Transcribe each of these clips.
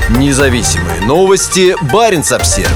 Независимые новости. Баренц-Обсервис.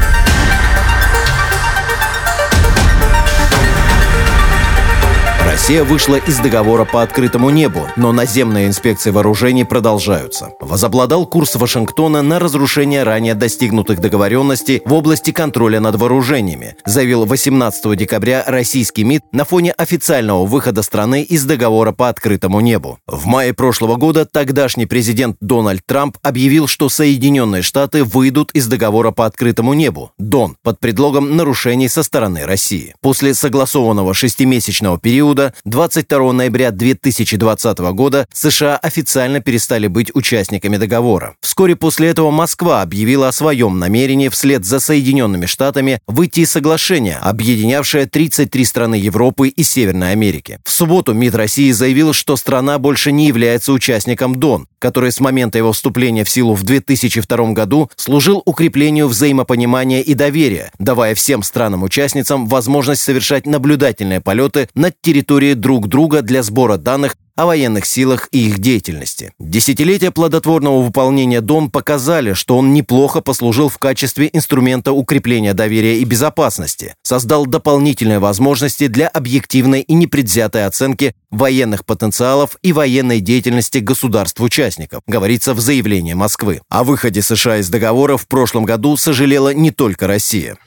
Россия вышла из договора по открытому небу, но наземные инспекции вооружений продолжаются. Возобладал курс Вашингтона на разрушение ранее достигнутых договоренностей в области контроля над вооружениями, заявил 18 декабря российский МИД на фоне официального выхода страны из договора по открытому небу. В мае прошлого года тогдашний президент Дональд Трамп объявил, что Соединенные Штаты выйдут из договора по открытому небу, ДОН, под предлогом нарушений со стороны России. После согласованного 6-месячного периода 22 ноября 2020 года США официально перестали быть участниками договора. Вскоре после этого Москва объявила о своем намерении вслед за Соединенными Штатами выйти из соглашения, объединявшее 33 страны Европы и Северной Америки. В субботу МИД России заявил, что страна больше не является участником ДОН, который с момента его вступления в силу в 2002 году служил укреплению взаимопонимания и доверия, давая всем странам-участницам возможность совершать наблюдательные полеты над территорией друг друга для сбора данных о военных силах и их деятельности. Десятилетия плодотворного выполнения ДОН показали, что он неплохо послужил в качестве инструмента укрепления доверия и безопасности, создал дополнительные возможности для объективной и непредвзятой оценки военных потенциалов и военной деятельности государств-участников, говорится в заявлении Москвы. О выходе США из договора в прошлом году сожалела не только Россия.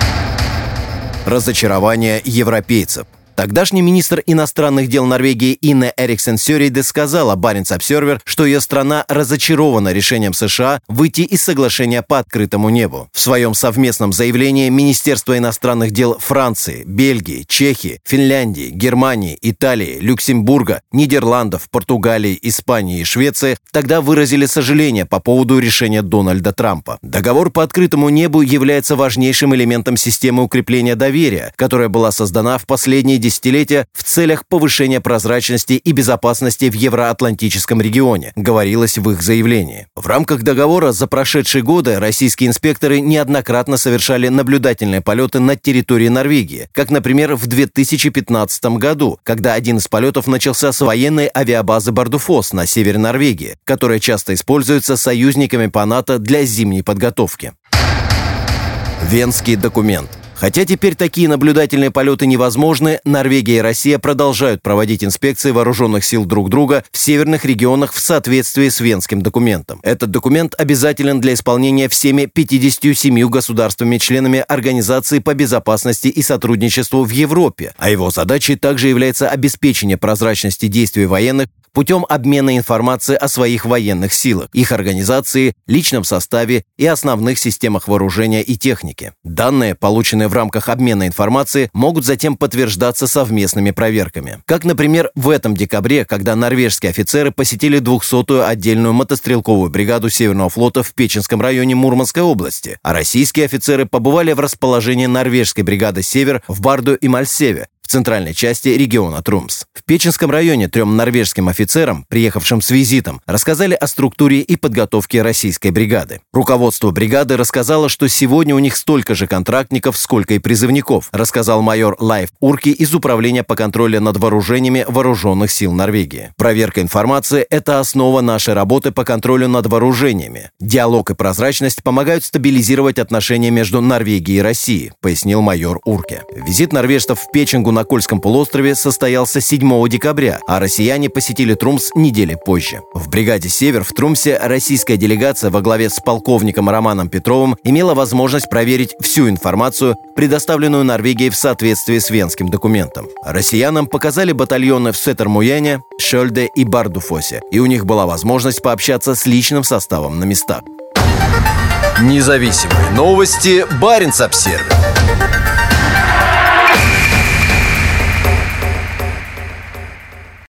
Разочарование европейцев. Тогдашний министр иностранных дел Норвегии Инна Эриксен Søreide сказала Баренц-Обсервис, что ее страна разочарована решением США выйти из соглашения по открытому небу. В своем совместном заявлении Министерства иностранных дел Франции, Бельгии, Чехии, Финляндии, Германии, Италии, Люксембурга, Нидерландов, Португалии, Испании и Швеции тогда выразили сожаление по поводу решения Дональда Трампа. Договор по открытому небу является важнейшим элементом системы укрепления доверия, которая была создана в последние десятилетия в целях повышения прозрачности и безопасности в евроатлантическом регионе, говорилось в их заявлении. В рамках договора за прошедшие годы российские инспекторы неоднократно совершали наблюдательные полеты над территорией Норвегии, как, например, в 2015 году, когда один из полетов начался с военной авиабазы Бардуфос на севере Норвегии, которая часто используется союзниками по НАТО для зимней подготовки. Венский документ. Хотя теперь такие наблюдательные полеты невозможны, Норвегия и Россия продолжают проводить инспекции вооруженных сил друг друга в северных регионах в соответствии с Венским документом. Этот документ обязателен для исполнения всеми 57 государствами-членами Организации по безопасности и сотрудничеству в Европе, а его задачей также является обеспечение прозрачности действий военных путем обмена информацией о своих военных силах, их организации, личном составе и основных системах вооружения и техники. Данные, полученные в рамках обмена информацией, могут затем подтверждаться совместными проверками. Как, например, в этом декабре, когда норвежские офицеры посетили 200-ю отдельную мотострелковую бригаду Северного флота в Печенском районе Мурманской области, а российские офицеры побывали в расположении норвежской бригады «Север» в Барду и Мальсеве, в центральной части региона Трумс. В Печенском районе 3 норвежским офицерам, приехавшим с визитом, рассказали о структуре и подготовке российской бригады. Руководство бригады рассказало, что сегодня у них столько же контрактников, сколько и призывников, рассказал майор Лайф Урки из Управления по контролю над вооружениями Вооруженных сил Норвегии. Проверка информации – это основа нашей работы по контролю над вооружениями. Диалог и прозрачность помогают стабилизировать отношения между Норвегией и Россией, пояснил майор Урке. Визит норвежцев в Печенгу на Кольском полуострове состоялся 7 декабря, а россияне посетили Трумс недели позже. В бригаде «Север» в Трумсе российская делегация во главе с полковником Романом Петровым имела возможность проверить всю информацию, предоставленную Норвегией в соответствии с Венским документом. Россиянам показали батальоны в Сеттермуяне, Шольде и Бардуфосе, и у них была возможность пообщаться с личным составом на местах. Независимые новости. Баренц-Обсервис.